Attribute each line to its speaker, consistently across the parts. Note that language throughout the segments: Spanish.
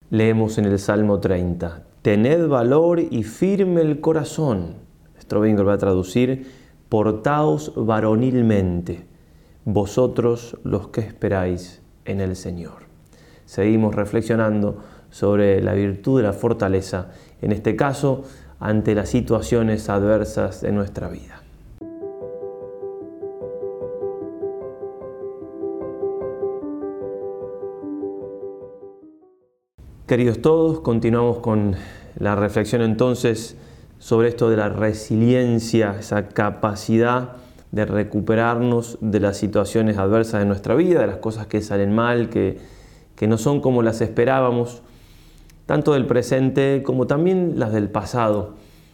Speaker 1: Leemos en el Salmo 30, tened valor y firme el corazón. Strobing va a traducir, portaos varonilmente, vosotros los que esperáis en el Señor. Seguimos reflexionando sobre la virtud de la fortaleza, en este caso, ante las situaciones adversas de nuestra vida. Queridos todos, continuamos con la reflexión entonces sobre esto de la resiliencia, esa capacidad de recuperarnos de las situaciones adversas de nuestra vida, de las cosas que salen mal, que no son como las esperábamos, tanto del presente como también las del pasado.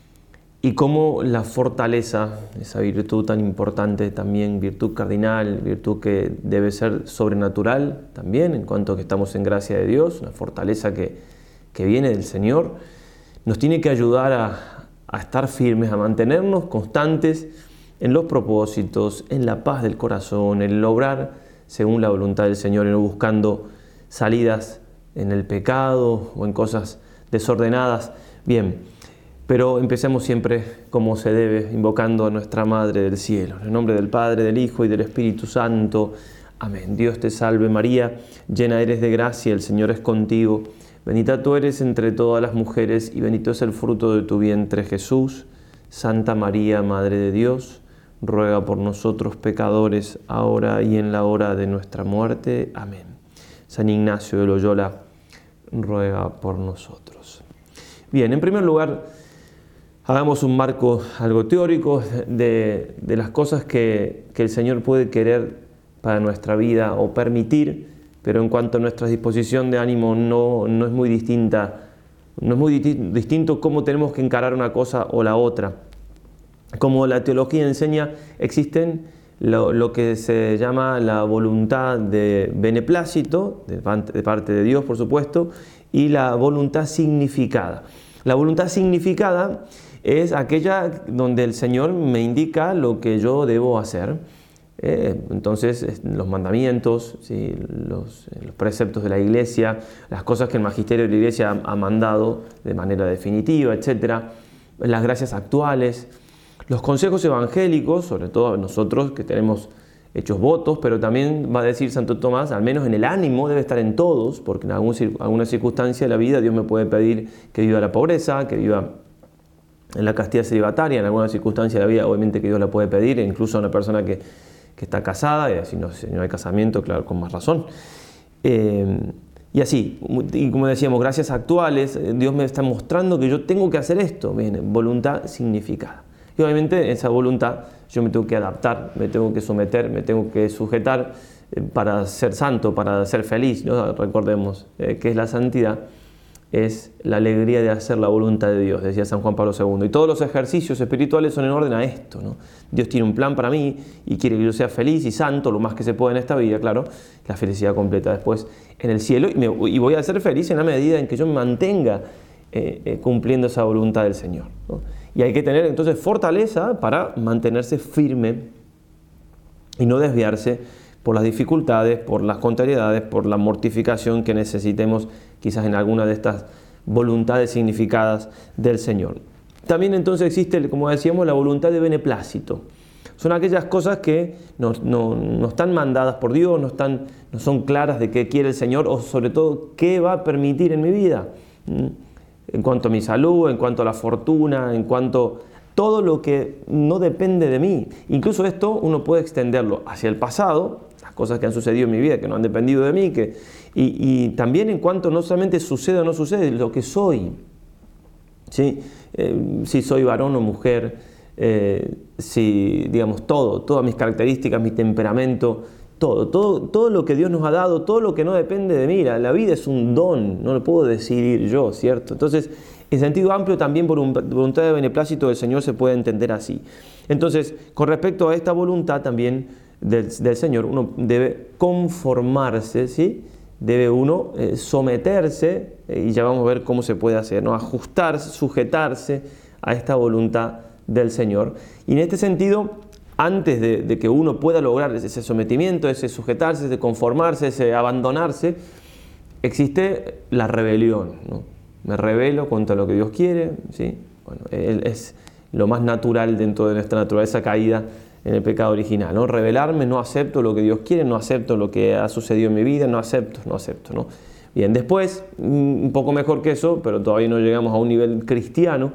Speaker 1: Y cómo la fortaleza, esa virtud tan importante también, virtud cardinal, virtud que debe ser sobrenatural también, en cuanto que estamos en gracia de Dios, una fortaleza que viene del Señor, nos tiene que ayudar a estar firmes, a mantenernos constantes en los propósitos, en la paz del corazón, en lograr según la voluntad del Señor y no buscando salidas en el pecado o en cosas desordenadas. Bien. Pero empecemos siempre como se debe, invocando a nuestra Madre del Cielo. En el nombre del Padre, del Hijo y del Espíritu Santo. Amén. Dios te salve María, llena eres de gracia, el Señor es contigo. Bendita tú eres entre todas las mujeres y bendito es el fruto de tu vientre Jesús. Santa María, Madre de Dios, ruega por nosotros pecadores, ahora y en la hora de nuestra muerte. Amén. San Ignacio de Loyola, ruega por nosotros. Bien, en primer lugar, hagamos un marco algo teórico de las cosas que el Señor puede querer para nuestra vida o permitir, pero en cuanto a nuestra disposición de ánimo no es muy distinta, no es muy distinto cómo tenemos que encarar una cosa o la otra. Como la teología enseña, existen lo que se llama la voluntad de beneplácito, de parte de Dios por supuesto, y la voluntad significada. La voluntad significada es aquella donde el Señor me indica lo que yo debo hacer. Entonces, los mandamientos, ¿sí? los preceptos de la Iglesia, las cosas que el magisterio de la Iglesia ha mandado de manera definitiva, etc. Las gracias actuales, los consejos evangélicos, sobre todo nosotros que tenemos hechos votos, pero también va a decir Santo Tomás, al menos en el ánimo debe estar en todos, porque en alguna circunstancia de la vida Dios me puede pedir que viva la pobreza, que viva en la castidad celibataria, en alguna circunstancia de la vida obviamente que Dios la puede pedir, incluso a una persona que está casada, y si no hay casamiento, claro, con más razón. Y así, y como decíamos, gracias actuales, Dios me está mostrando que yo tengo que hacer esto, bien, voluntad significada. Y obviamente esa voluntad yo me tengo que adaptar, me tengo que someter, me tengo que sujetar para ser santo, para ser feliz, ¿no? Recordemos que es la santidad, es la alegría de hacer la voluntad de Dios, decía San Juan Pablo II. Y todos los ejercicios espirituales son en orden a esto, ¿no? Dios tiene un plan para mí y quiere que yo sea feliz y santo, lo más que se pueda en esta vida, claro, la felicidad completa después en el cielo. Y voy a ser feliz en la medida en que yo me mantenga cumpliendo esa voluntad del Señor, ¿no? Y hay que tener entonces fortaleza para mantenerse firme y no desviarse por las dificultades, por las contrariedades, por la mortificación que necesitemos quizás en alguna de estas voluntades significadas del Señor. También entonces existe, como decíamos, la voluntad de beneplácito. Son aquellas cosas que no están mandadas por Dios, no son claras de qué quiere el Señor o sobre todo qué va a permitir en mi vida. En cuanto a mi salud, en cuanto a la fortuna, en cuanto a todo lo que no depende de mí. Incluso esto uno puede extenderlo hacia el pasado, las cosas que han sucedido en mi vida, que no han dependido de mí, y también en cuanto no solamente sucede o no sucede, lo que soy. ¿Sí? Si soy varón o mujer, si, digamos, todas mis características, mi temperamento, todo lo que Dios nos ha dado, todo lo que no depende de mí. La vida es un don, no lo puedo decidir yo, ¿cierto? Entonces, en sentido amplio, también por voluntad de beneplácito del Señor se puede entender así. Entonces, con respecto a esta voluntad también del Señor, uno debe conformarse, ¿sí? Debe uno someterse, y ya vamos a ver cómo se puede hacer, ¿no? Ajustarse, sujetarse a esta voluntad del Señor. Y en este sentido, antes de que uno pueda lograr ese sometimiento, ese sujetarse, ese conformarse, ese abandonarse, existe la rebelión, ¿no? Me rebelo contra lo que Dios quiere, ¿sí? Bueno, es lo más natural dentro de nuestra naturaleza caída en el pecado original, ¿no? Rebelarme, no acepto lo que Dios quiere, no acepto lo que ha sucedido en mi vida, no acepto, ¿no? Bien, después, un poco mejor que eso, pero todavía no llegamos a un nivel cristiano,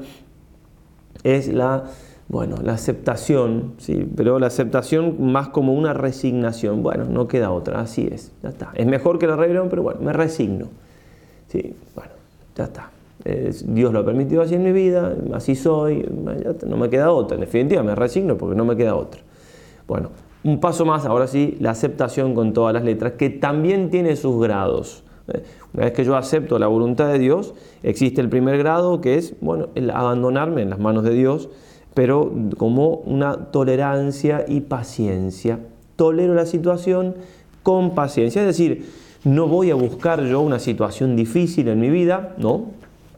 Speaker 1: es la aceptación, ¿sí? Pero la aceptación más como una resignación. Bueno, no queda otra, así es, ya está. Es mejor que la rebelión, pero bueno, me resigno. Sí, bueno, ya está. Dios lo ha permitido así en mi vida, así soy, no me queda otra. En definitiva, me resigno porque no me queda otra. Bueno, un paso más, ahora sí, la aceptación con todas las letras, que también tiene sus grados. Una vez que yo acepto la voluntad de Dios, existe el primer grado, que es, el abandonarme en las manos de Dios, pero como una tolerancia y paciencia. Tolero la situación con paciencia, es decir, no voy a buscar yo una situación difícil en mi vida, ¿no?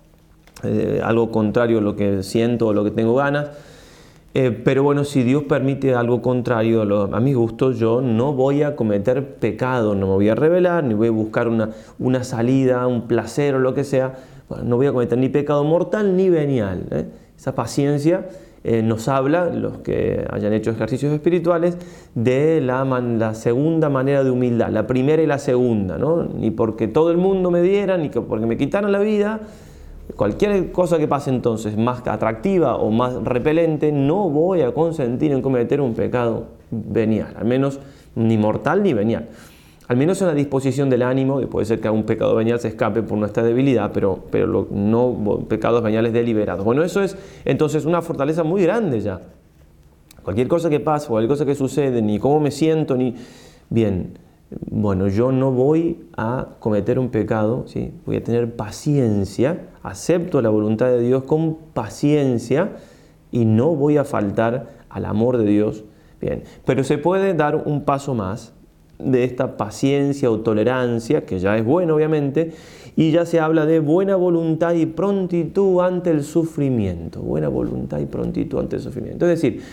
Speaker 1: Algo contrario a lo que siento o lo que tengo ganas. Pero bueno, si Dios permite algo contrario a mi gusto, yo no voy a cometer pecado, no me voy a rebelar, ni voy a buscar una salida, un placer o lo que sea. Bueno, no voy a cometer ni pecado mortal ni venial. Esa paciencia nos habla, los que hayan hecho ejercicios espirituales, de la segunda manera de humildad, la primera y la segunda, ¿no? Ni porque todo el mundo me diera, ni porque me quitaran la vida. Cualquier cosa que pase entonces más atractiva o más repelente, no voy a consentir en cometer un pecado venial, al menos ni mortal ni venial. Al menos en la disposición del ánimo, y puede ser que a un pecado venial se escape por nuestra debilidad, pero no pecados veniales deliberados. Bueno, eso es entonces una fortaleza muy grande ya. Cualquier cosa que pase, cualquier cosa que sucede, ni cómo me siento, ni... Bien, bueno, yo no voy a cometer un pecado, ¿sí? Voy a tener paciencia, acepto la voluntad de Dios con paciencia y no voy a faltar al amor de Dios. Bien, pero se puede dar un paso más de esta paciencia o tolerancia, que ya es bueno obviamente, y ya se habla de buena voluntad y prontitud ante el sufrimiento. Buena voluntad y prontitud ante el sufrimiento. Es decir,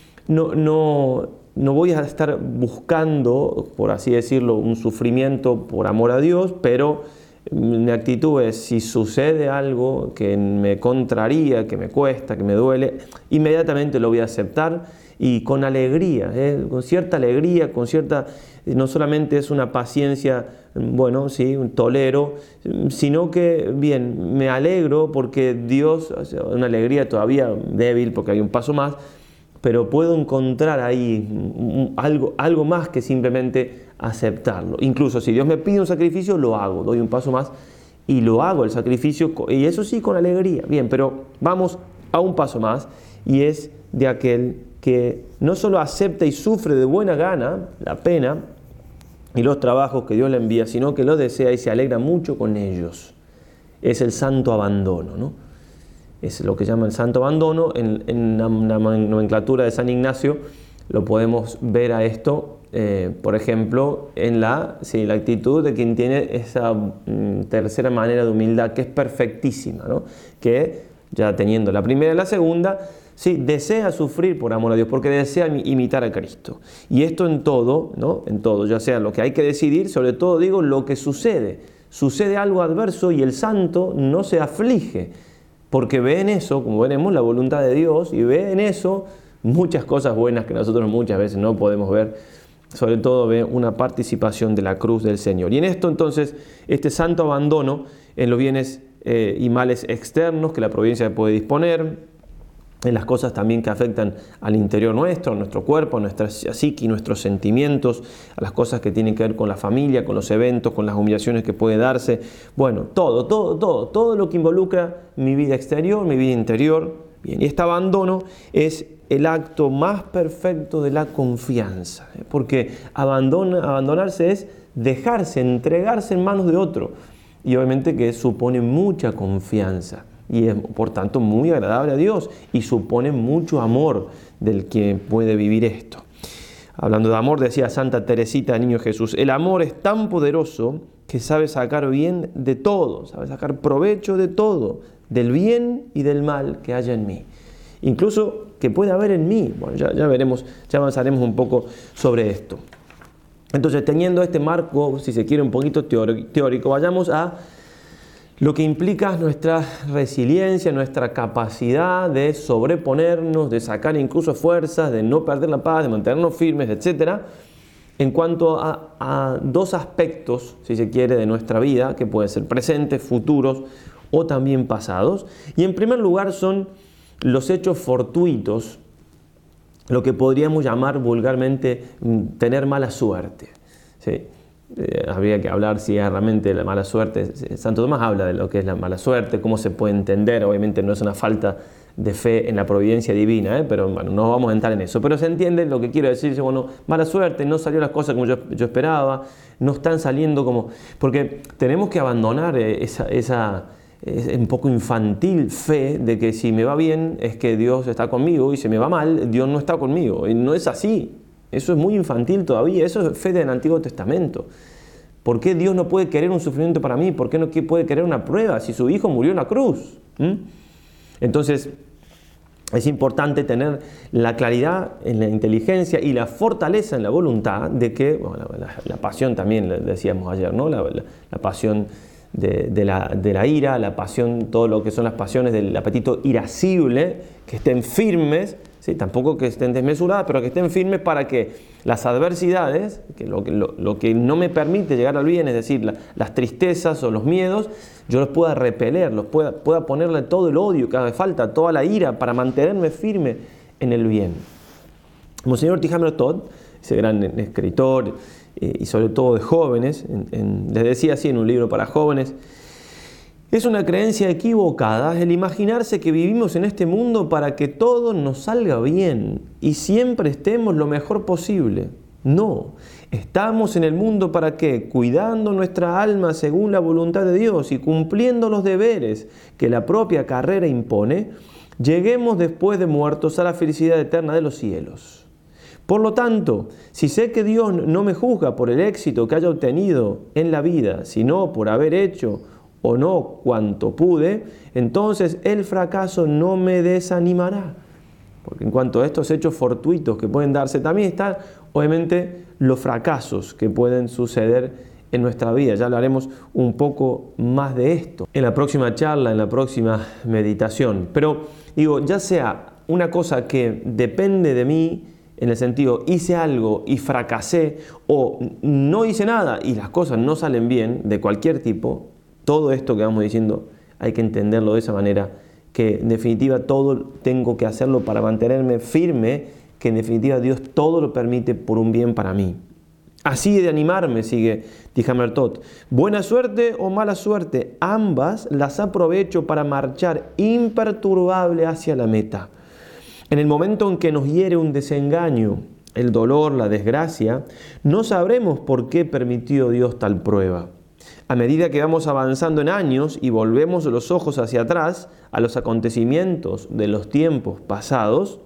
Speaker 1: no voy a estar buscando, por así decirlo, un sufrimiento por amor a Dios, pero mi actitud es, si sucede algo que me contraría, que me cuesta, que me duele, inmediatamente lo voy a aceptar y con alegría, con cierta alegría, no solamente es una paciencia, sí, un tolero, sino que, bien, me alegro porque Dios, una alegría todavía débil porque hay un paso más, pero puedo encontrar ahí algo más que simplemente aceptarlo. Incluso si Dios me pide un sacrificio, lo hago, doy un paso más y lo hago, el sacrificio, y eso sí con alegría. Bien, pero vamos a un paso más, y es de aquel que no solo acepta y sufre de buena gana la pena y los trabajos que Dios le envía, sino que los desea y se alegra mucho con ellos. Es el santo abandono, ¿no? Es lo que llama el santo abandono. En la nomenclatura de San Ignacio lo podemos ver a esto, por ejemplo, en la actitud de quien tiene esa tercera manera de humildad, que es perfectísima, ¿no? Que ya teniendo la primera y la segunda, sí, desea sufrir por amor a Dios, porque desea imitar a Cristo. Y esto en todo, ¿no? En todo, ya sea lo que hay que decidir, sobre todo digo lo que sucede. Sucede algo adverso y el santo no se aflige, porque ve en eso, como veremos, la voluntad de Dios, y ve en eso muchas cosas buenas que nosotros muchas veces no podemos ver. Sobre todo ve una participación de la cruz del Señor. Y en esto entonces, este santo abandono en los bienes y males externos que la providencia puede disponer, en las cosas también que afectan al interior nuestro, a nuestro cuerpo, a nuestra psique, nuestros sentimientos, a las cosas que tienen que ver con la familia, con los eventos, con las humillaciones que puede darse. Bueno, todo lo que involucra mi vida exterior, mi vida interior. Bien, y este abandono es el acto más perfecto de la confianza, porque abandonarse es dejarse, entregarse en manos de otro, y obviamente que supone mucha confianza. Y es por tanto muy agradable a Dios y supone mucho amor del que puede vivir esto. Hablando de amor, decía Santa Teresita, Niño Jesús, el amor es tan poderoso que sabe sacar bien de todo, sabe sacar provecho de todo, del bien y del mal que haya en mí. Incluso que pueda haber en mí. Bueno, ya veremos, ya avanzaremos un poco sobre esto. Entonces, teniendo este marco, si se quiere, un poquito teórico, vayamos a lo que implica nuestra resiliencia, nuestra capacidad de sobreponernos, de sacar incluso fuerzas, de no perder la paz, de mantenernos firmes, etc. En cuanto a dos aspectos, si se quiere, de nuestra vida, que pueden ser presentes, futuros o también pasados. Y en primer lugar son los hechos fortuitos, lo que podríamos llamar vulgarmente tener mala suerte, ¿sí? Habría que hablar si es realmente la mala suerte. Santo Tomás habla de lo que es la mala suerte, cómo se puede entender. Obviamente no es una falta de fe en la providencia divina, pero bueno, no vamos a entrar en eso. Pero se entiende lo que quiero decir. Bueno, mala suerte, no salió las cosas como yo esperaba, no están saliendo como... Porque tenemos que abandonar esa un poco infantil fe de que si me va bien es que Dios está conmigo y si me va mal, Dios no está conmigo. Y no es así. Eso es muy infantil todavía. Eso es fe del Antiguo Testamento. ¿Por qué Dios no puede querer un sufrimiento para mí? ¿Por qué no puede querer una prueba si su Hijo murió en la cruz? Entonces, es importante tener la claridad en la inteligencia y la fortaleza en la voluntad de que, bueno, la pasión también, le decíamos ayer, ¿no? La pasión de la ira, la pasión, todo lo que son las pasiones del apetito irascible, que estén firmes, ¿sí? Tampoco que estén desmesuradas, pero que estén firmes para que las adversidades, que lo que no me permite llegar al bien, es decir, las tristezas o los miedos, yo los pueda repeler, pueda ponerle todo el odio que haga falta, toda la ira, para mantenerme firme en el bien. Monseñor Tihamer Todd, ese gran escritor, y sobre todo de jóvenes, les decía así en un libro para jóvenes, es una creencia equivocada el imaginarse que vivimos en este mundo para que todo nos salga bien y siempre estemos lo mejor posible. No, estamos en el mundo para que, cuidando nuestra alma según la voluntad de Dios y cumpliendo los deberes que la propia carrera impone, lleguemos después de muertos a la felicidad eterna de los cielos. Por lo tanto, si sé que Dios no me juzga por el éxito que haya obtenido en la vida, sino por haber hecho o no cuanto pude, entonces el fracaso no me desanimará. Porque en cuanto a estos hechos fortuitos que pueden darse, también están obviamente los fracasos que pueden suceder en nuestra vida. Ya hablaremos un poco más de esto en la próxima charla, en la próxima meditación. Pero digo, ya sea una cosa que depende de mí, en el sentido, hice algo y fracasé, o no hice nada y las cosas no salen bien, de cualquier tipo, todo esto que vamos diciendo hay que entenderlo de esa manera, que en definitiva todo tengo que hacerlo para mantenerme firme, que en definitiva Dios todo lo permite por un bien para mí. Así de animarme, sigue Tihamer Todd. Buena suerte o mala suerte, ambas las aprovecho para marchar imperturbable hacia la meta. En el momento en que nos hiere un desengaño, el dolor, la desgracia, no sabremos por qué permitió Dios tal prueba. A medida que vamos avanzando en años y volvemos los ojos hacia atrás a los acontecimientos de los tiempos pasados,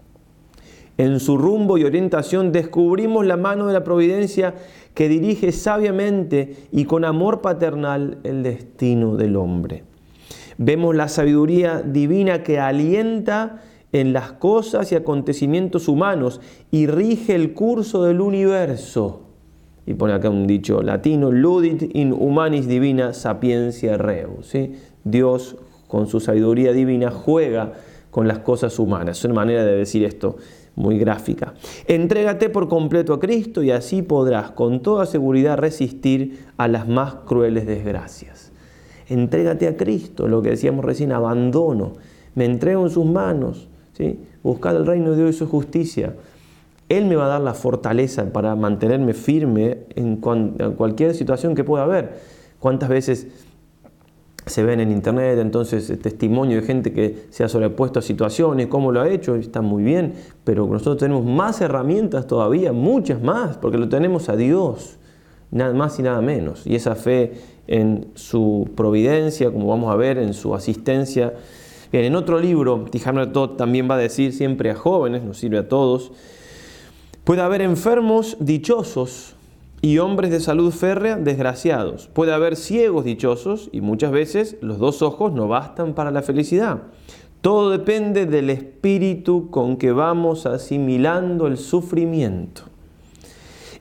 Speaker 1: en su rumbo y orientación descubrimos la mano de la providencia que dirige sabiamente y con amor paternal el destino del hombre. Vemos la sabiduría divina que alienta en las cosas y acontecimientos humanos y rige el curso del universo. Y pone acá un dicho latino, ludit in humanis divina sapientia reus. ¿Sí? Dios, con su sabiduría divina, juega con las cosas humanas. Es una manera de decir esto muy gráfica. Entrégate por completo a Cristo y así podrás con toda seguridad resistir a las más crueles desgracias. Entrégate a Cristo, lo que decíamos recién, abandono. Me entrego en sus manos. ¿Sí? Buscad el reino de Dios y su justicia. Él me va a dar la fortaleza para mantenerme firme en cualquier situación que pueda haber. ¿Cuántas veces se ven en internet entonces testimonio de gente que se ha sobrepuesto a situaciones, cómo lo ha hecho? Está muy bien, pero nosotros tenemos más herramientas todavía, muchas más, porque lo tenemos a Dios, nada más y nada menos. Y esa fe en su providencia, como vamos a ver, en su asistencia. Bien, en otro libro, Tihamer Todd también va a decir siempre a jóvenes, nos sirve a todos, puede haber enfermos dichosos y hombres de salud férrea desgraciados. Puede haber ciegos dichosos y muchas veces los dos ojos no bastan para la felicidad. Todo depende del espíritu con que vamos asimilando el sufrimiento.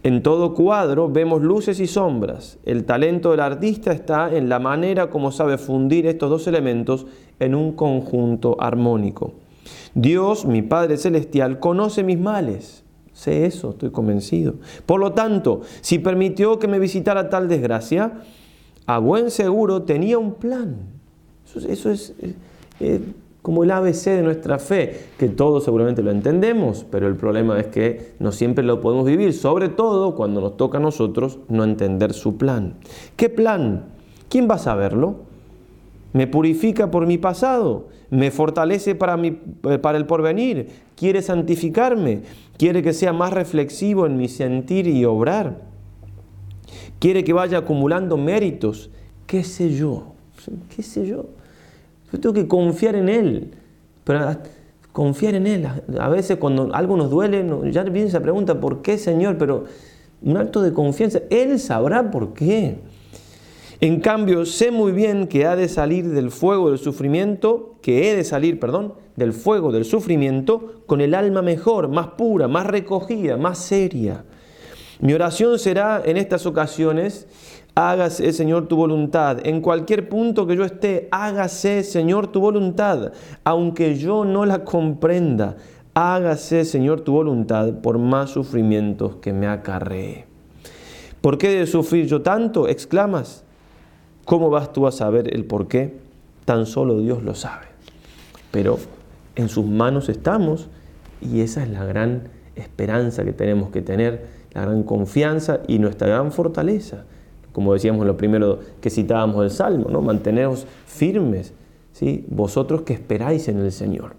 Speaker 1: En todo cuadro vemos luces y sombras. El talento del artista está en la manera como sabe fundir estos dos elementos en un conjunto armónico. Dios, mi Padre Celestial, conoce mis males. Sé eso, estoy convencido. Por lo tanto, si permitió que me visitara tal desgracia, a buen seguro tenía un plan. Eso es como el ABC de nuestra fe, que todos seguramente lo entendemos, pero el problema es que no siempre lo podemos vivir, sobre todo cuando nos toca a nosotros no entender su plan. ¿Qué plan? ¿Quién va a saberlo? ¿Me purifica por mi pasado? ¿Me fortalece para el porvenir? ¿Quiere santificarme? ¿Quiere que sea más reflexivo en mi sentir y obrar? ¿Quiere que vaya acumulando méritos? ¿Qué sé yo? ¿Qué sé yo? Yo tengo que confiar en Él. Pero confiar en Él. A veces cuando algo nos duele, ya viene esa pregunta, ¿por qué, Señor? Pero un acto de confianza. Él sabrá por qué. En cambio, sé muy bien que he de salir del fuego del sufrimiento, del fuego del sufrimiento con el alma mejor, más pura, más recogida, más seria. Mi oración será en estas ocasiones: hágase, Señor, tu voluntad. En cualquier punto que yo esté, hágase, Señor, tu voluntad. Aunque yo no la comprenda, hágase, Señor, tu voluntad, por más sufrimientos que me acarree. ¿Por qué he de sufrir yo tanto?, exclamas. ¿Cómo vas tú a saber el por qué? Tan solo Dios lo sabe. Pero en sus manos estamos, y esa es la gran esperanza que tenemos que tener, la gran confianza y nuestra gran fortaleza. Como decíamos en lo primero que citábamos del Salmo, ¿no? Manteneos firmes, ¿sí? Vosotros que esperáis en el Señor.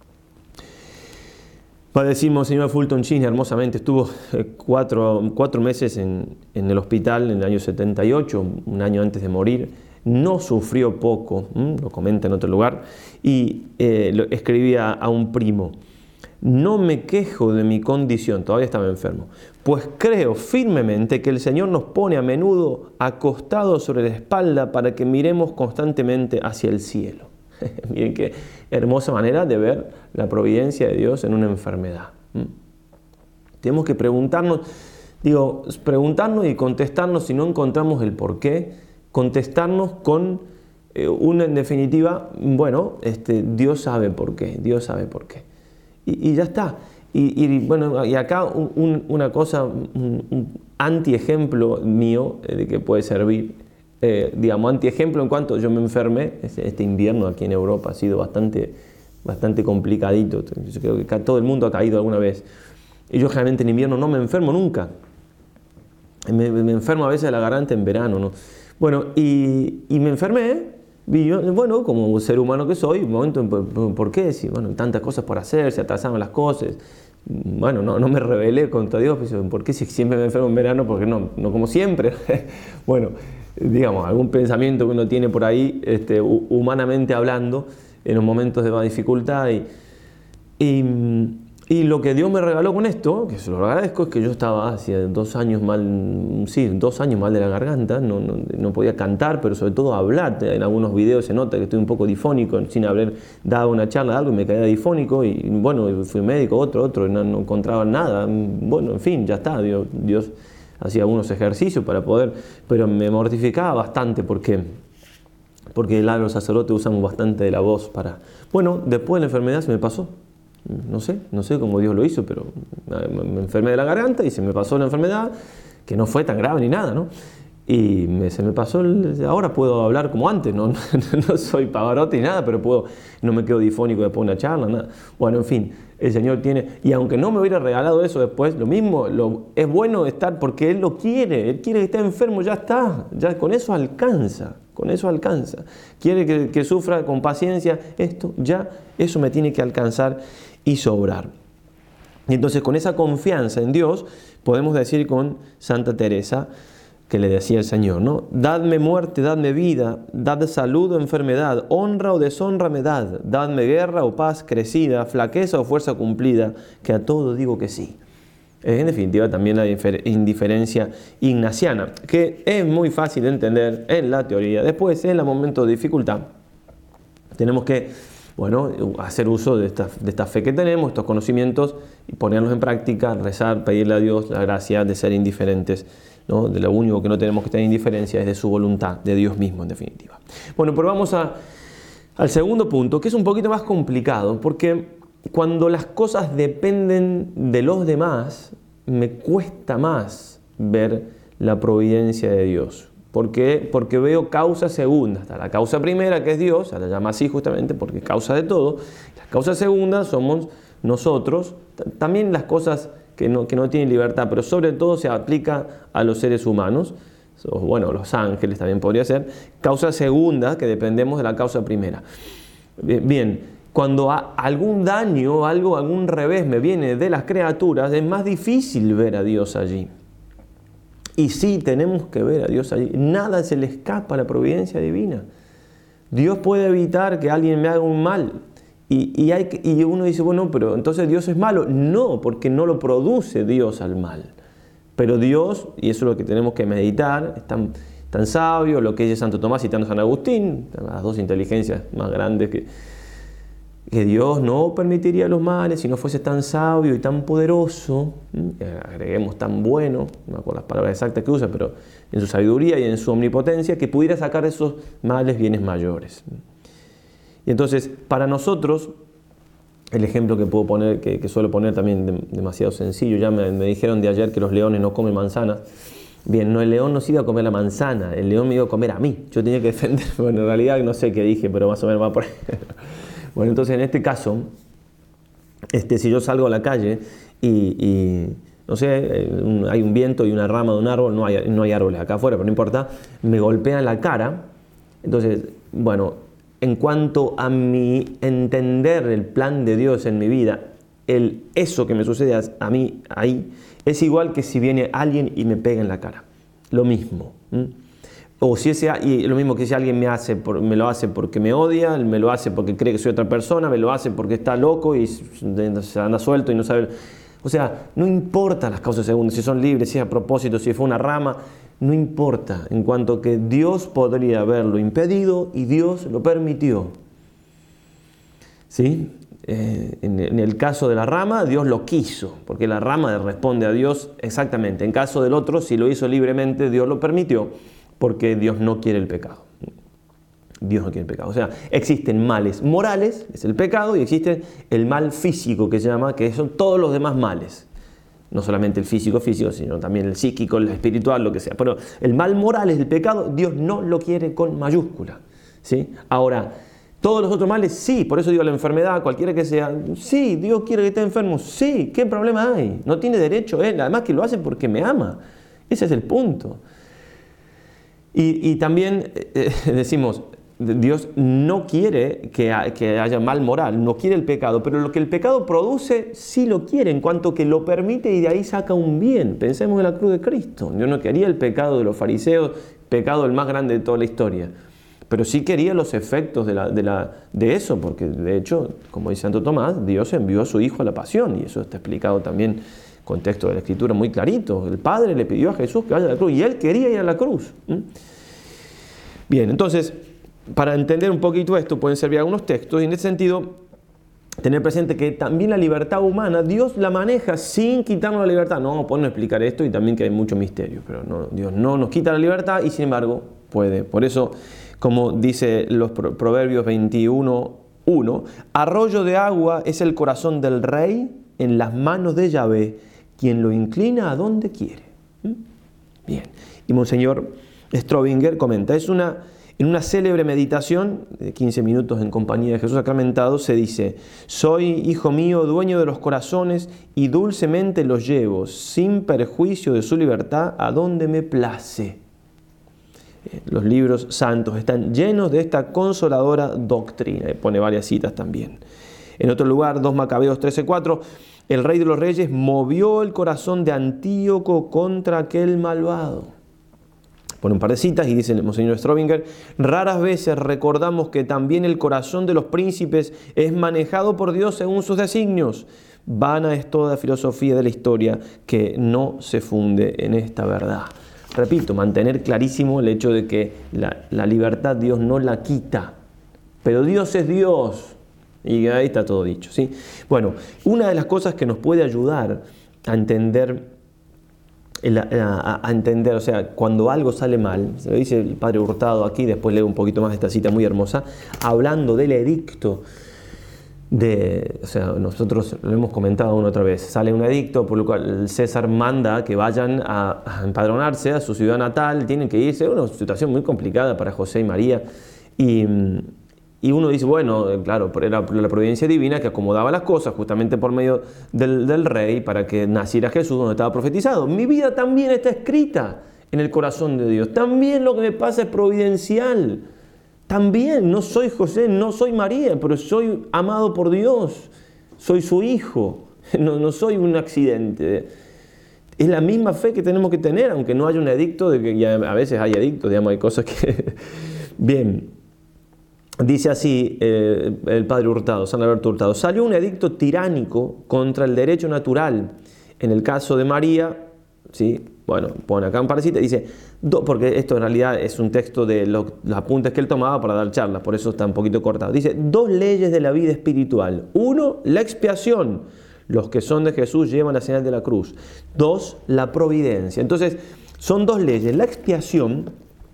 Speaker 1: Va a decir Monseñor Fulton Sheen hermosamente, estuvo 4 meses en el hospital en el año 78, un año antes de morir. No sufrió poco, lo comenta en otro lugar, y escribía a un primo: no me quejo de mi condición, todavía estaba enfermo, pues creo firmemente que el Señor nos pone a menudo acostados sobre la espalda para que miremos constantemente hacia el cielo. Miren qué hermosa manera de ver la providencia de Dios en una enfermedad. Tenemos que preguntarnos y contestarnos, si no encontramos el por qué, contestarnos con en definitiva, Dios sabe por qué, Dios sabe por qué. Y ya está. Y acá una cosa, un antiejemplo mío de que puede servir. Antiejemplo en cuanto yo me enfermé, este invierno aquí en Europa ha sido bastante complicadito. Yo creo que todo el mundo ha caído alguna vez. Y yo generalmente en invierno no me enfermo nunca. Me enfermo a veces de la garganta en verano, ¿no? Bueno, y me enfermé. Y yo, como ser humano que soy, un momento, ¿por qué? Si, tantas cosas por hacer, se atrasaban las cosas. No me rebelé contra Dios. ¿Por qué si siempre me enfermo en verano? Porque no como siempre. Algún pensamiento que uno tiene por ahí, humanamente hablando, en los momentos de más dificultad. Y lo que Dios me regaló con esto, que se lo agradezco, es que yo estaba hacía 2 años mal, 2 años mal de la garganta, no podía cantar, pero sobre todo hablar. En algunos videos se nota que estoy un poco difónico, sin haber dado una charla de algo y me caía difónico, y fui médico, otro, y no encontraba nada. En fin, ya está, Dios hacía algunos ejercicios para poder, pero me mortificaba bastante porque los sacerdotes usamos bastante de la voz para... después de la enfermedad se me pasó. No sé cómo Dios lo hizo, pero me enfermé de la garganta y se me pasó la enfermedad, que no fue tan grave ni nada, ¿no? Y se me pasó, ahora puedo hablar como antes, no soy Pavarotti ni nada, pero no me quedo difónico después de una charla, nada. En fin, el Señor tiene, y aunque no me hubiera regalado eso después, lo mismo, es bueno estar porque Él lo quiere, Él quiere que esté enfermo, ya está, ya con eso alcanza. Quiere que sufra con paciencia eso me tiene que alcanzar y sobrar. Y entonces con esa confianza en Dios podemos decir con Santa Teresa, que le decía el Señor, ¿no? Dadme muerte, dadme vida, dad salud o enfermedad, honra o deshonra me dad, dadme guerra o paz crecida, flaqueza o fuerza cumplida, que a todo digo que sí. En definitiva, también la indiferencia ignaciana, que es muy fácil de entender en la teoría. Después, en el momento de dificultad, tenemos que bueno, hacer uso de esta fe que tenemos, estos conocimientos, y ponerlos en práctica, rezar, pedirle a Dios la gracia de ser indiferentes, ¿no? De lo único que no tenemos que tener indiferencia es de su voluntad, de Dios mismo en definitiva. Bueno, pero vamos al segundo punto, que es un poquito más complicado, porque cuando las cosas dependen de los demás, me cuesta más ver la providencia de Dios. ¿Por qué? Porque veo causas segundas. Está la causa primera, que es Dios, se la llama así justamente porque es causa de todo. Las causas segundas somos nosotros, también las cosas que no tienen libertad, pero sobre todo se aplica a los seres humanos, bueno, los ángeles también podría ser, causa segunda que dependemos de la causa primera. Bien, cuando algún daño, algún revés me viene de las criaturas, es más difícil ver a Dios allí. Y sí, tenemos que ver a Dios allí. Nada se le escapa a la providencia divina. Dios puede evitar que alguien me haga un mal. Y uno dice, bueno, pero entonces Dios es malo. No, porque no lo produce Dios al mal. Pero Dios, y eso es lo que tenemos que meditar, es tan sabio, lo que dice Santo Tomás citando a San Agustín, las dos inteligencias más grandes que Dios no permitiría los males si no fuese tan sabio y tan poderoso, agreguemos tan bueno, no con las palabras exactas que usa, pero en su sabiduría y en su omnipotencia, que pudiera sacar de esos males bienes mayores. Y entonces, para nosotros, el ejemplo que puedo poner, que suelo poner también demasiado sencillo, ya me dijeron de ayer que los leones no comen manzanas. Bien, no, el león no se iba a comer la manzana, el león me iba a comer a mí, yo tenía que defender, bueno, en realidad no sé qué dije, pero más o menos va por ahí. Bueno, entonces en este caso, si yo salgo a la calle y no sé, hay un viento y una rama de un árbol, no hay árboles acá afuera, pero no importa, me golpean la cara. Entonces, bueno, en cuanto a mi entender el plan de Dios en mi vida, eso que me sucede a mí ahí, es igual que si viene alguien y me pega en la cara. Lo mismo. O y lo mismo que si alguien me lo hace porque me odia, me lo hace porque cree que soy otra persona, me lo hace porque está loco y se anda suelto y no sabe. O sea, no importa las causas segundas, si son libres, si es a propósito, si fue una rama, no importa, en cuanto que Dios podría haberlo impedido y Dios lo permitió. ¿Sí? En el caso de la rama, Dios lo quiso, porque la rama responde a Dios exactamente. En caso del otro, si lo hizo libremente, Dios lo permitió, porque Dios no quiere el pecado. Dios no quiere el pecado. O sea, existen males morales, es el pecado, y existe el mal físico, que se llama, que son todos los demás males. No solamente el físico, sino también el psíquico, el espiritual, lo que sea. Pero el mal moral es el pecado, Dios no lo quiere con mayúscula. ¿Sí? Ahora, todos los otros males, sí, por eso digo la enfermedad, cualquiera que sea, sí, Dios quiere que esté enfermo, sí, ¿qué problema hay? No tiene derecho él, además que lo hace porque me ama. Ese es el punto. Y también decimos, Dios no quiere que haya mal moral, no quiere el pecado, pero lo que el pecado produce sí lo quiere, en cuanto que lo permite y de ahí saca un bien. Pensemos en la cruz de Cristo. Dios no quería el pecado de los fariseos, pecado el más grande de toda la historia, pero sí quería los efectos de eso, porque de hecho, como dice Santo Tomás, Dios envió a su Hijo a la pasión, y eso está explicado también contexto de la Escritura muy clarito. El Padre le pidió a Jesús que vaya a la cruz y Él quería ir a la cruz. Bien, entonces, para entender un poquito esto pueden servir algunos textos, y en ese sentido tener presente que también la libertad humana Dios la maneja sin quitarnos la libertad. No podemos explicar esto, y también que hay mucho misterio, pero no, Dios no nos quita la libertad y sin embargo puede. Por eso, como dice los Proverbios 21:1, arroyo de agua es el corazón del rey en las manos de Yahvé, quien lo inclina a donde quiere. Bien, y Monseñor Ströbinger comenta, en una célebre meditación de 15 minutos en compañía de Jesús sacramentado, se dice: soy, hijo mío, dueño de los corazones y dulcemente los llevo, sin perjuicio de su libertad, a donde me place. Los libros santos están llenos de esta consoladora doctrina. Pone varias citas también. En otro lugar, 2 Macabeos 13:4, el rey de los reyes movió el corazón de Antíoco contra aquel malvado. Pone un par de citas y dice el Monseñor Ströbinger: raras veces recordamos que también el corazón de los príncipes es manejado por Dios según sus designios. Vana es toda filosofía de la historia que no se funde en esta verdad. Repito, mantener clarísimo el hecho de que la libertad Dios no la quita, pero Dios es Dios. Y ahí está todo dicho, ¿sí? Bueno, una de las cosas que nos puede ayudar a entender, o sea, cuando algo sale mal, se lo dice el padre Hurtado aquí, después leo un poquito más esta cita muy hermosa, hablando del edicto o sea, nosotros lo hemos comentado una otra vez, sale un edicto por lo cual el César manda que vayan a empadronarse a su ciudad natal, tienen que irse, es una situación muy complicada para José y María, y uno dice, bueno, claro, era la providencia divina que acomodaba las cosas justamente por medio del rey para que naciera Jesús donde estaba profetizado. Mi vida también está escrita en el corazón de Dios, también lo que me pasa es providencial. También no soy José, no soy María, pero soy amado por Dios, soy su hijo, no soy un accidente. Es la misma fe que tenemos que tener, aunque no haya un edicto, y a veces hay edictos, digamos, hay cosas que... Bien, dice así el padre Hurtado, San Alberto Hurtado, salió un edicto tiránico contra el derecho natural. En el caso de María, ¿sí? Bueno, pone acá un parecito, dice, porque esto en realidad es un texto de los apuntes que él tomaba para dar charlas, por eso está un poquito cortado. Dice, 2 leyes de la vida espiritual. 1, la expiación. Los que son de Jesús llevan la señal de la cruz. 2, la providencia. Entonces, son 2 leyes. La expiación,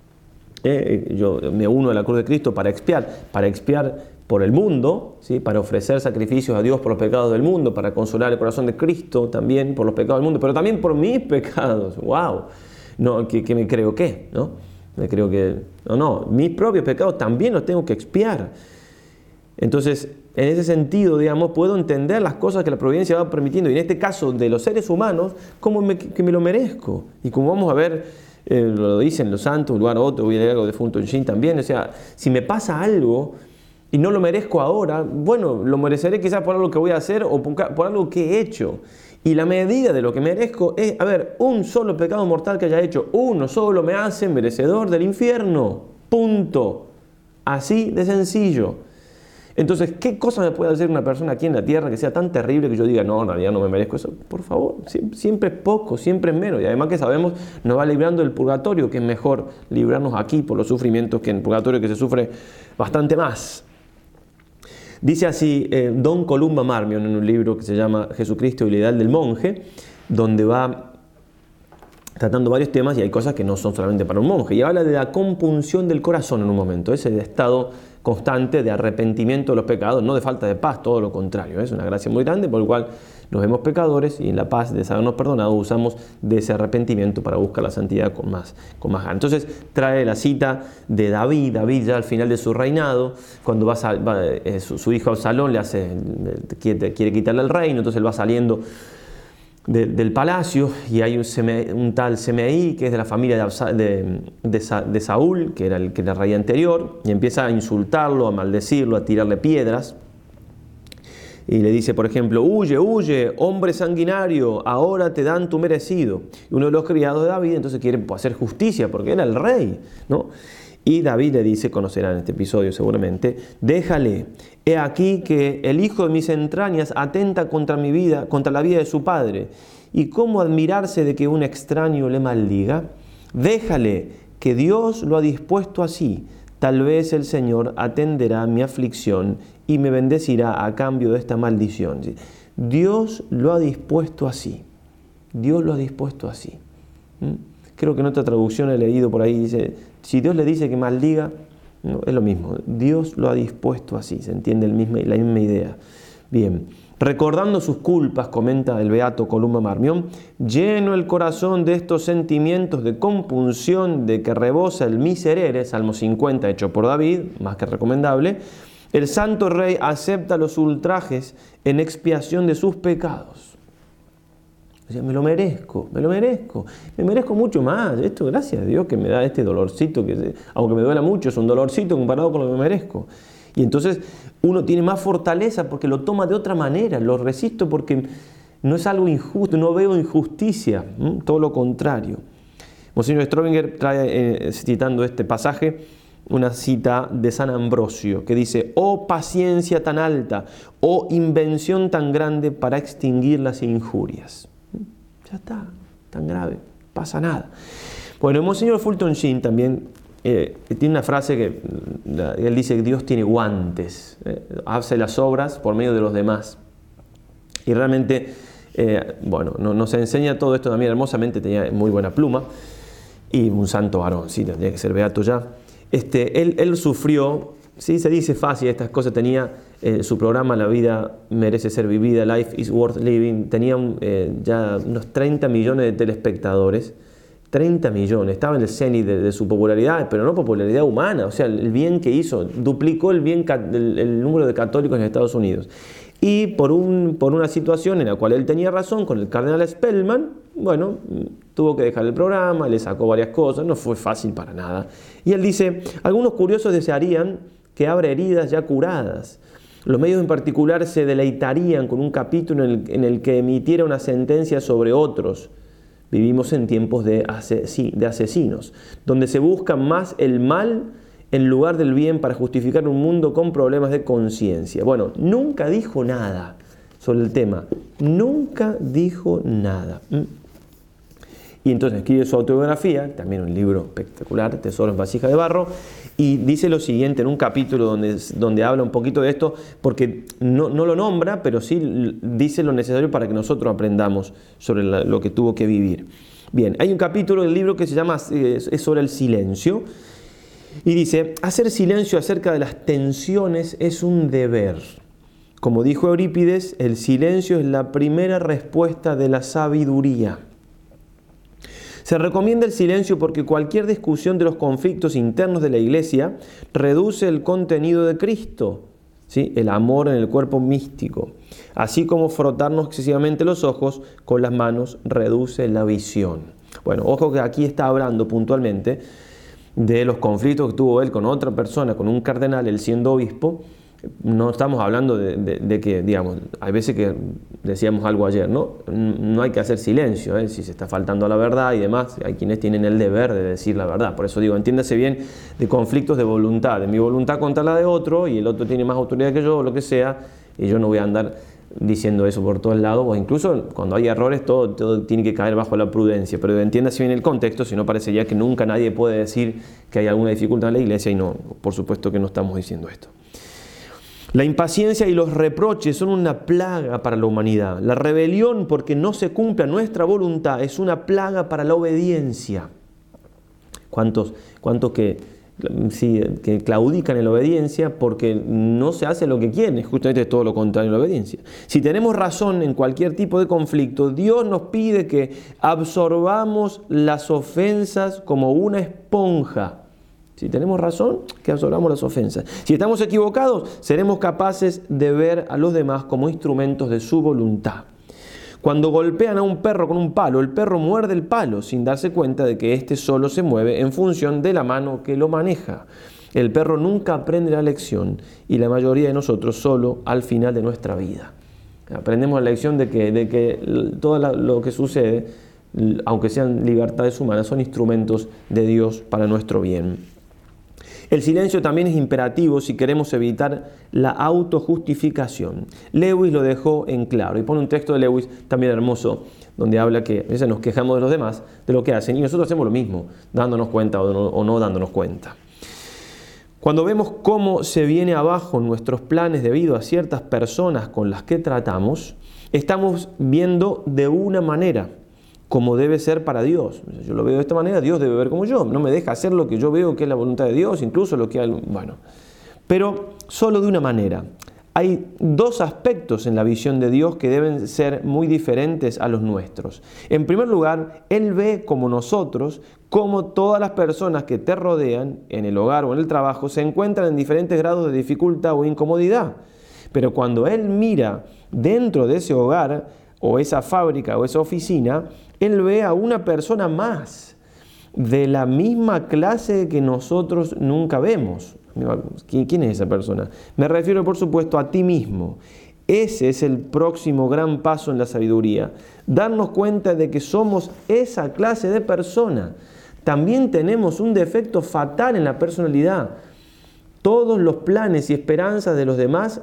Speaker 1: yo me uno a la cruz de Cristo para expiar por el mundo, ¿sí? Para ofrecer sacrificios a Dios por los pecados del mundo, para consolar el corazón de Cristo también por los pecados del mundo, pero también por mis pecados. ¡Wow! No, ¿qué me creo qué? ¿No? Me creo que... No, mis propios pecados también los tengo que expiar. Entonces, en ese sentido, digamos, puedo entender las cosas que la providencia va permitiendo, y en este caso de los seres humanos, como que me lo merezco. Y como vamos a ver, lo dicen los santos, un lugar a otro, voy a leer algo de Fu Tong Shin también, o sea, si me pasa algo y no lo merezco ahora, bueno, lo mereceré quizás por algo que voy a hacer o por algo que he hecho. Y la medida de lo que merezco es, un solo pecado mortal que haya hecho, uno solo me hace merecedor del infierno. Punto. Así de sencillo. Entonces, ¿qué cosa me puede hacer una persona aquí en la tierra que sea tan terrible que yo diga, no, en realidad no me merezco eso? Por favor, siempre es poco, siempre es menos. Y además que sabemos, nos va librando del purgatorio, que es mejor librarnos aquí por los sufrimientos que en el purgatorio, que se sufre bastante más. Dice así Don Columba Marmion en un libro que se llama Jesucristo y el ideal del monje, donde va tratando varios temas y hay cosas que no son solamente para un monje. Y habla de la compunción del corazón en un momento, ese estado constante de arrepentimiento de los pecados, no de falta de paz, todo lo contrario. Es una gracia muy grande por la cual nos vemos pecadores y en la paz de sabernos perdonados usamos de ese arrepentimiento para buscar la santidad con más ganas. Entonces trae la cita de David ya al final de su reinado, cuando su hijo Absalón quiere quitarle el reino, entonces él va saliendo del palacio y hay un tal Semeí que es de la familia de Saúl, que era el rey anterior, y empieza a insultarlo, a maldecirlo, a tirarle piedras. Y le dice, por ejemplo, huye, hombre sanguinario, ahora te dan tu merecido. Y uno de los criados de David entonces quiere hacer justicia porque era el rey, ¿no? Y David le dice, conocerán este episodio seguramente, déjale, he aquí que el hijo de mis entrañas atenta contra mi vida, contra la vida de su padre. ¿Y cómo admirarse de que un extraño le maldiga? Déjale, que Dios lo ha dispuesto así. Tal vez el Señor atenderá mi aflicción y me bendecirá a cambio de esta maldición. Dios lo ha dispuesto así. Dios lo ha dispuesto así. Creo que en otra traducción he leído por ahí, dice, si Dios le dice que maldiga, no, es lo mismo. Dios lo ha dispuesto así, se entiende la misma idea. Bien, recordando sus culpas, comenta el beato Columba Marmión, lleno el corazón de estos sentimientos de compunción de que rebosa el miserere, Salmo 50 hecho por David, más que recomendable, el santo rey acepta los ultrajes en expiación de sus pecados. O sea, me lo merezco mucho más. Esto, gracias a Dios que me da este dolorcito, que aunque me duela mucho, es un dolorcito comparado con lo que me merezco. Y entonces uno tiene más fortaleza porque lo toma de otra manera, lo resisto porque no es algo injusto, no veo injusticia, todo lo contrario. Monseñor Strobinger trae, citando este pasaje, una cita de San Ambrosio que dice, oh paciencia tan alta, oh invención tan grande para extinguir las injurias. Ya está, tan grave, pasa nada. Bueno, el Monseñor Fu Tong Shin también tiene una frase que él dice que Dios tiene guantes, hace las obras por medio de los demás. Y realmente, nos enseña todo esto también hermosamente, tenía muy buena pluma y un santo varón, sí, tendría que ser beato ya. Él sufrió, sí, se dice fácil estas cosas, tenía su programa La vida merece ser vivida, Life is worth living, tenía ya unos 30 millones de telespectadores. 30 millones, estaba en el cenit de su popularidad, pero no popularidad humana, o sea, el bien que hizo, duplicó el número de católicos en Estados Unidos. Y por una situación en la cual él tenía razón con el cardenal Spellman, tuvo que dejar el programa, le sacó varias cosas, no fue fácil para nada. Y él dice, algunos curiosos desearían que abra heridas ya curadas. Los medios en particular se deleitarían con un capítulo en el que emitiera una sentencia sobre otros. Vivimos en tiempos de asesinos, donde se busca más el mal en lugar del bien para justificar un mundo con problemas de conciencia. Bueno, nunca dijo nada sobre el tema, nunca dijo nada. Y entonces escribe su autobiografía, también un libro espectacular, Tesoros en vasija de barro, y dice lo siguiente en un capítulo donde habla un poquito de esto, porque no lo nombra, pero sí dice lo necesario para que nosotros aprendamos sobre lo que tuvo que vivir. Bien, hay un capítulo del libro que se llama, es sobre el silencio, y dice, hacer silencio acerca de las tensiones es un deber. Como dijo Eurípides, el silencio es la primera respuesta de la sabiduría. Se recomienda el silencio porque cualquier discusión de los conflictos internos de la Iglesia reduce el contenido de Cristo, ¿sí? El amor en el cuerpo místico. Así como frotarnos excesivamente los ojos con las manos reduce la visión. Bueno, ojo que aquí está hablando puntualmente de los conflictos que tuvo él con otra persona, con un cardenal, él siendo obispo. No estamos hablando de que, digamos, hay veces que decíamos algo ayer, ¿no? No hay que hacer silencio, si se está faltando a la verdad y demás, hay quienes tienen el deber de decir la verdad. Por eso digo, entiéndase bien de conflictos de voluntad, de mi voluntad contra la de otro y el otro tiene más autoridad que yo o lo que sea, y yo no voy a andar diciendo eso por todos lados, o incluso cuando hay errores todo tiene que caer bajo la prudencia, pero entiéndase bien el contexto, si no parecería que nunca nadie puede decir que hay alguna dificultad en la Iglesia y no, por supuesto que no estamos diciendo esto. La impaciencia y los reproches son una plaga para la humanidad. La rebelión porque no se cumpla nuestra voluntad es una plaga para la obediencia. ¿Cuántos que claudican en la obediencia porque no se hace lo que quieren? Justamente es todo lo contrario a la obediencia. Si tenemos razón en cualquier tipo de conflicto, Dios nos pide que absorbamos las ofensas como una esponja. Si tenemos razón, que absorbamos las ofensas. Si estamos equivocados, seremos capaces de ver a los demás como instrumentos de su voluntad. Cuando golpean a un perro con un palo, el perro muerde el palo sin darse cuenta de que éste solo se mueve en función de la mano que lo maneja. El perro nunca aprende la lección y la mayoría de nosotros solo al final de nuestra vida. Aprendemos la lección de que todo lo que sucede, aunque sean libertades humanas, son instrumentos de Dios para nuestro bien. El silencio también es imperativo si queremos evitar la autojustificación. Lewis lo dejó en claro y pone un texto de Lewis también hermoso donde habla que a veces nos quejamos de los demás, de lo que hacen, y nosotros hacemos lo mismo, dándonos cuenta o no dándonos cuenta. Cuando vemos cómo se viene abajo nuestros planes debido a ciertas personas con las que tratamos, estamos viendo de una manera como debe ser para Dios. Yo lo veo de esta manera, Dios debe ver como yo. No me deja hacer lo que yo veo que es la voluntad de Dios, incluso lo que... Pero solo de una manera. Hay dos aspectos en la visión de Dios que deben ser muy diferentes a los nuestros. En primer lugar, Él ve como nosotros, como todas las personas que te rodean, en el hogar o en el trabajo, se encuentran en diferentes grados de dificultad o incomodidad. Pero cuando Él mira dentro de ese hogar, o esa fábrica o esa oficina, Él ve a una persona más de la misma clase que nosotros nunca vemos. ¿Quién es esa persona? Me refiero, por supuesto, a ti mismo. Ese es el próximo gran paso en la sabiduría. Darnos cuenta de que somos esa clase de persona. También tenemos un defecto fatal en la personalidad. Todos los planes y esperanzas de los demás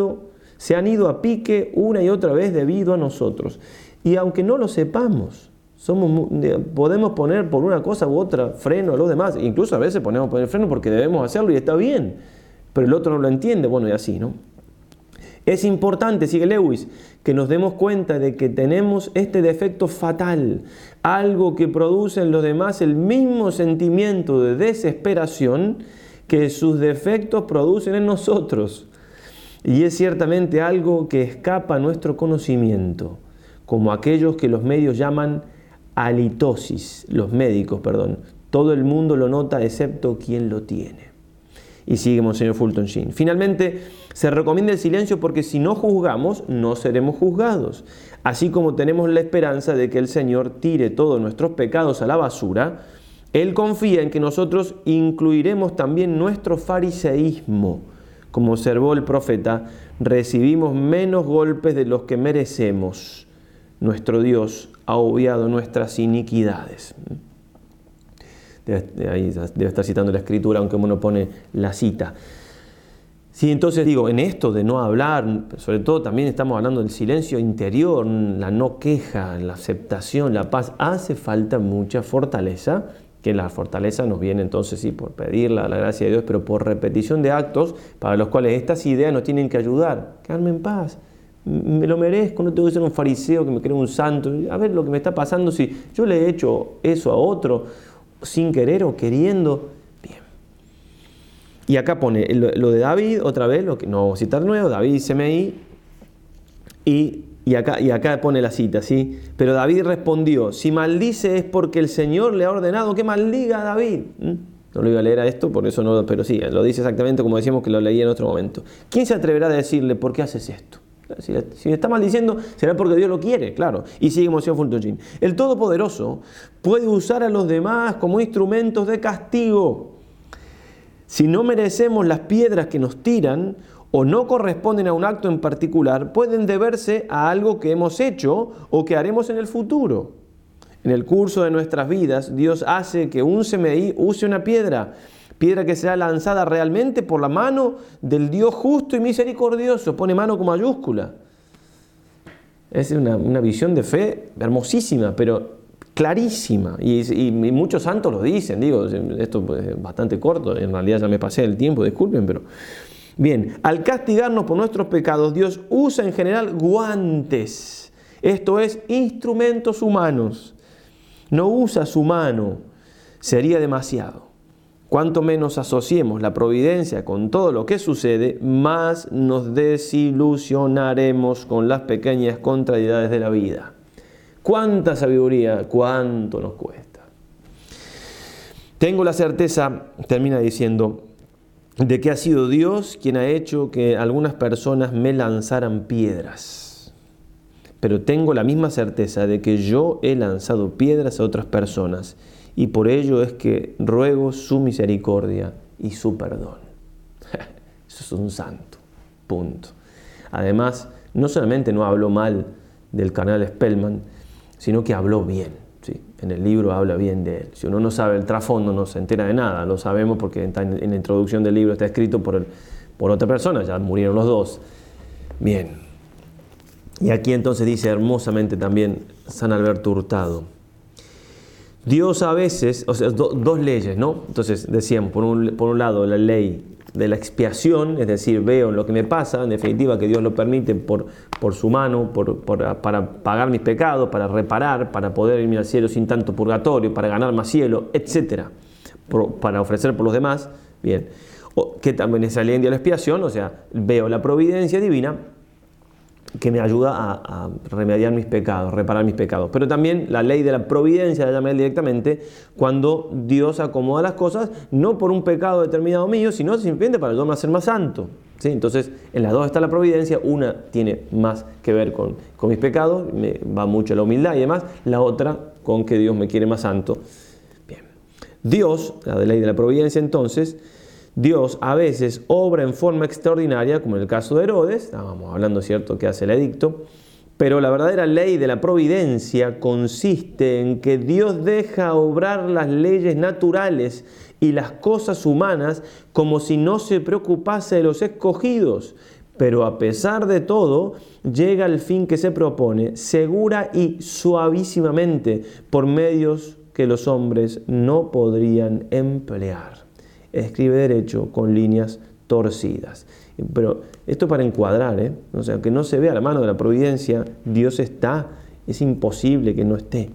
Speaker 1: se han ido a pique una y otra vez debido a nosotros. Y aunque no lo sepamos, Podemos poner por una cosa u otra freno a los demás. Incluso a veces ponemos poner freno porque debemos hacerlo y está bien. Pero el otro no lo entiende. Bueno, y así, ¿no? Es importante, sigue Lewis, que nos demos cuenta de que tenemos este defecto fatal. Algo que produce en los demás el mismo sentimiento de desesperación que sus defectos producen en nosotros. Y es ciertamente algo que escapa a nuestro conocimiento, como aquellos que los médicos llaman halitosis, todo el mundo lo nota excepto quien lo tiene. Y sigue Monseñor Fulton Sheen. Finalmente, se recomienda el silencio porque si no juzgamos, no seremos juzgados. Así como tenemos la esperanza de que el Señor tire todos nuestros pecados a la basura, Él confía en que nosotros incluiremos también nuestro fariseísmo. Como observó el profeta, recibimos menos golpes de los que merecemos. Nuestro Dios ha obviado nuestras iniquidades. Ahí debe estar citando la Escritura, aunque uno pone la cita. Sí, entonces digo, en esto de no hablar, sobre todo también estamos hablando del silencio interior, la no queja, la aceptación, la paz. Hace falta mucha fortaleza, que la fortaleza nos viene entonces sí por pedir la gracia de Dios, pero por repetición de actos para los cuales estas ideas nos tienen que ayudar. Quedarme en paz. Me lo merezco, no tengo que ser un fariseo que me cree un santo. A ver lo que me está pasando si yo le he hecho eso a otro sin querer o queriendo. Bien. Y acá pone lo de David, otra vez, lo que no voy a citar nuevo, David Semei, y acá pone la cita, ¿sí? Pero David respondió, si maldice es porque el Señor le ha ordenado que maldiga a David. No lo iba a leer a esto, por eso no, pero sí, lo dice exactamente como decíamos que lo leí en otro momento. ¿Quién se atreverá a decirle, ¿por qué haces esto? Si le está maldiciendo, será porque Dios lo quiere, claro. Y sigue Monseñor Fulton Sheen. El Todopoderoso puede usar a los demás como instrumentos de castigo. Si no merecemos las piedras que nos tiran o no corresponden a un acto en particular, pueden deberse a algo que hemos hecho o que haremos en el futuro. En el curso de nuestras vidas, Dios hace que un CMI use una piedra que sea lanzada realmente por la mano del Dios justo y misericordioso. Pone mano con mayúscula. Es una visión de fe hermosísima, pero clarísima. Y muchos santos lo dicen. Digo, esto es bastante corto. En realidad ya me pasé el tiempo, disculpen, pero... Bien, al castigarnos por nuestros pecados, Dios usa en general guantes. Esto es, instrumentos humanos. No usa su mano. Sería demasiado. Cuanto menos asociemos la providencia con todo lo que sucede, más nos desilusionaremos con las pequeñas contrariedades de la vida. ¿Cuánta sabiduría? ¿Cuánto nos cuesta? Tengo la certeza, termina diciendo, de que ha sido Dios quien ha hecho que algunas personas me lanzaran piedras. Pero tengo la misma certeza de que yo he lanzado piedras a otras personas. Y por ello es que ruego su misericordia y su perdón. Eso es un santo. Punto. Además, no solamente no habló mal del cardenal Spellman, sino que habló bien. ¿Sí? En el libro habla bien de él. Si uno no sabe el trasfondo, no se entera de nada. Lo sabemos porque en la introducción del libro está escrito por otra persona. Ya murieron los dos. Bien. Y aquí entonces dice hermosamente también San Alberto Hurtado. Dios a veces, o sea, dos leyes, ¿no? Entonces decíamos, por un lado, la ley de la expiación, es decir, veo lo que me pasa, en definitiva que Dios lo permite por su mano, para pagar mis pecados, para reparar, para poder irme al cielo sin tanto purgatorio, para ganar más cielo, etc. Para ofrecer por los demás, bien. Que también es la ley de la expiación, o sea, veo la providencia divina que me ayuda a remediar mis pecados, reparar mis pecados. Pero también la ley de la providencia, la llama él directamente, cuando Dios acomoda las cosas, no por un pecado determinado mío, sino simplemente para ayudarme a ser más santo. ¿Sí? Entonces, en las dos está la providencia, una tiene más que ver con mis pecados, me va mucho la humildad y demás, la otra con que Dios me quiere más santo. Bien. Dios, la ley de la providencia entonces, Dios a veces obra en forma extraordinaria, como en el caso de Herodes, estábamos hablando, ¿cierto?, que hace el edicto, pero la verdadera ley de la providencia consiste en que Dios deja obrar las leyes naturales y las cosas humanas como si no se preocupase de los escogidos, pero a pesar de todo, llega al fin que se propone, segura y suavísimamente, por medios que los hombres no podrían emplear. Escribe derecho con líneas torcidas. Pero esto para encuadrar, o sea, que no se vea la mano de la providencia, Dios está, es imposible que no esté.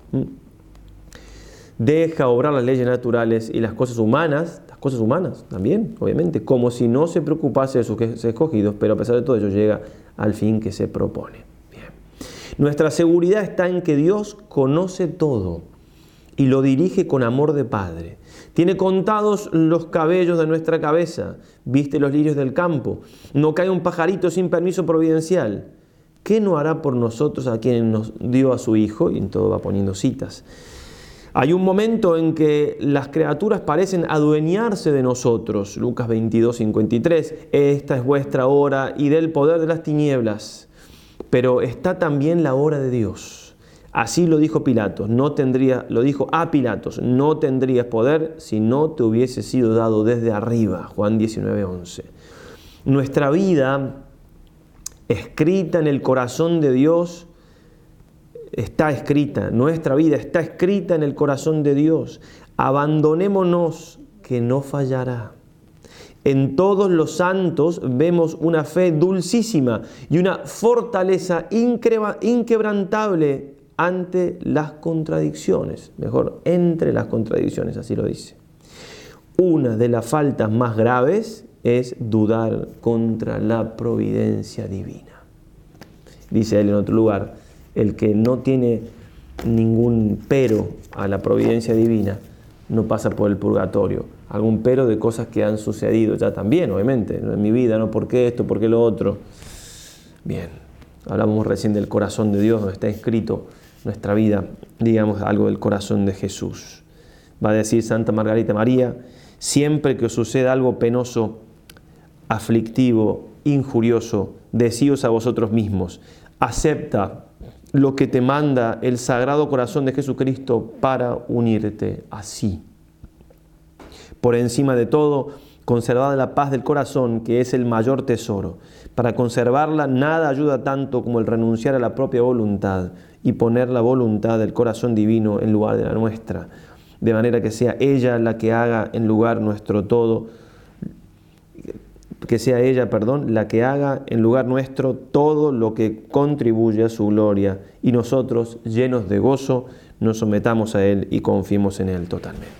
Speaker 1: Deja obrar las leyes naturales y las cosas humanas también, obviamente, como si no se preocupase de sus escogidos, pero a pesar de todo ello llega al fin que se propone. Bien. Nuestra seguridad está en que Dios conoce todo y lo dirige con amor de Padre. Tiene contados los cabellos de nuestra cabeza, viste los lirios del campo, no cae un pajarito sin permiso providencial. ¿Qué no hará por nosotros a quien nos dio a su Hijo? Y en todo va poniendo citas. Hay un momento en que las criaturas parecen adueñarse de nosotros. Lucas 22, 53. Esta es vuestra hora y del poder de las tinieblas. Pero está también la hora de Dios. Así lo dijo Pilatos. Lo dijo a Pilatos. No tendrías poder si no te hubiese sido dado desde arriba. Juan 19, 11. Nuestra vida, escrita en el corazón de Dios, nuestra vida está escrita en el corazón de Dios. Abandonémonos, que no fallará. En todos los santos vemos una fe dulcísima y una fortaleza inquebrantable ante las contradicciones. Mejor, entre las contradicciones, así lo dice. Una de las faltas más graves es dudar contra la providencia divina. Dice él en otro lugar, el que no tiene ningún pero a la providencia divina no pasa por el purgatorio. Algún pero de cosas que han sucedido ya también, obviamente, en mi vida, ¿no? ¿Por qué esto? ¿Por qué lo otro? Bien, hablamos recién del corazón de Dios, donde está escrito nuestra vida, digamos algo del corazón de Jesús. Va a decir Santa Margarita María, siempre que os suceda algo penoso, aflictivo, injurioso, decíos a vosotros mismos, acepta lo que te manda el Sagrado Corazón de Jesucristo para unirte así. Por encima de todo, conservad la paz del corazón, que es el mayor tesoro. Para conservarla, nada ayuda tanto como el renunciar a la propia voluntad y poner la voluntad del corazón divino en lugar de la nuestra, de manera que sea ella la que haga en lugar nuestro todo, la que haga en lugar nuestro todo lo que contribuye a su gloria, y nosotros, llenos de gozo, nos sometamos a Él y confiemos en Él totalmente.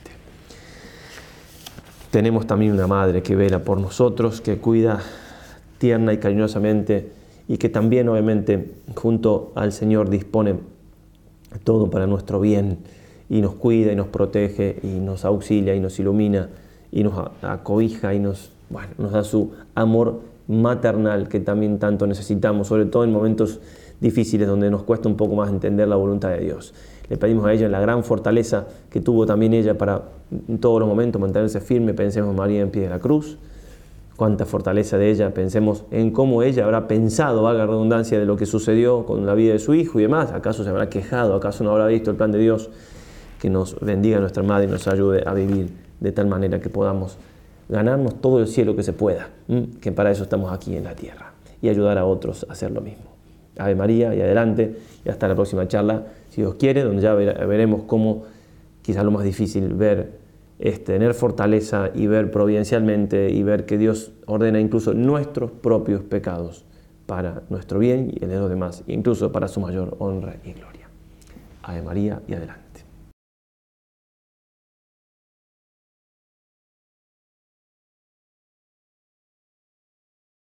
Speaker 1: Tenemos también una madre que vela por nosotros, que cuida tierna y cariñosamente, y que también, obviamente, junto al Señor dispone todo para nuestro bien, y nos cuida y nos protege, y nos auxilia y nos ilumina, y nos acobija y nos da su amor maternal que también tanto necesitamos, sobre todo en momentos difíciles donde nos cuesta un poco más entender la voluntad de Dios. Le pedimos a ella la gran fortaleza que tuvo también ella para en todos los momentos mantenerse firme. Pensemos en María en pie de la cruz, cuánta fortaleza de ella. Pensemos en cómo ella habrá pensado, valga la redundancia, de lo que sucedió con la vida de su hijo y demás. ¿Acaso se habrá quejado? ¿Acaso no habrá visto el plan de Dios? Que nos bendiga nuestra madre y nos ayude a vivir de tal manera que podamos ganarnos todo el cielo que se pueda, que para eso estamos aquí en la tierra, y ayudar a otros a hacer lo mismo. Ave María y adelante, y hasta la próxima charla, si Dios quiere, donde ya veremos cómo, quizás lo más difícil, tener fortaleza y ver providencialmente y ver que Dios ordena incluso nuestros propios pecados para nuestro bien y el de los demás, incluso para su mayor honra y gloria. Ave María y adelante.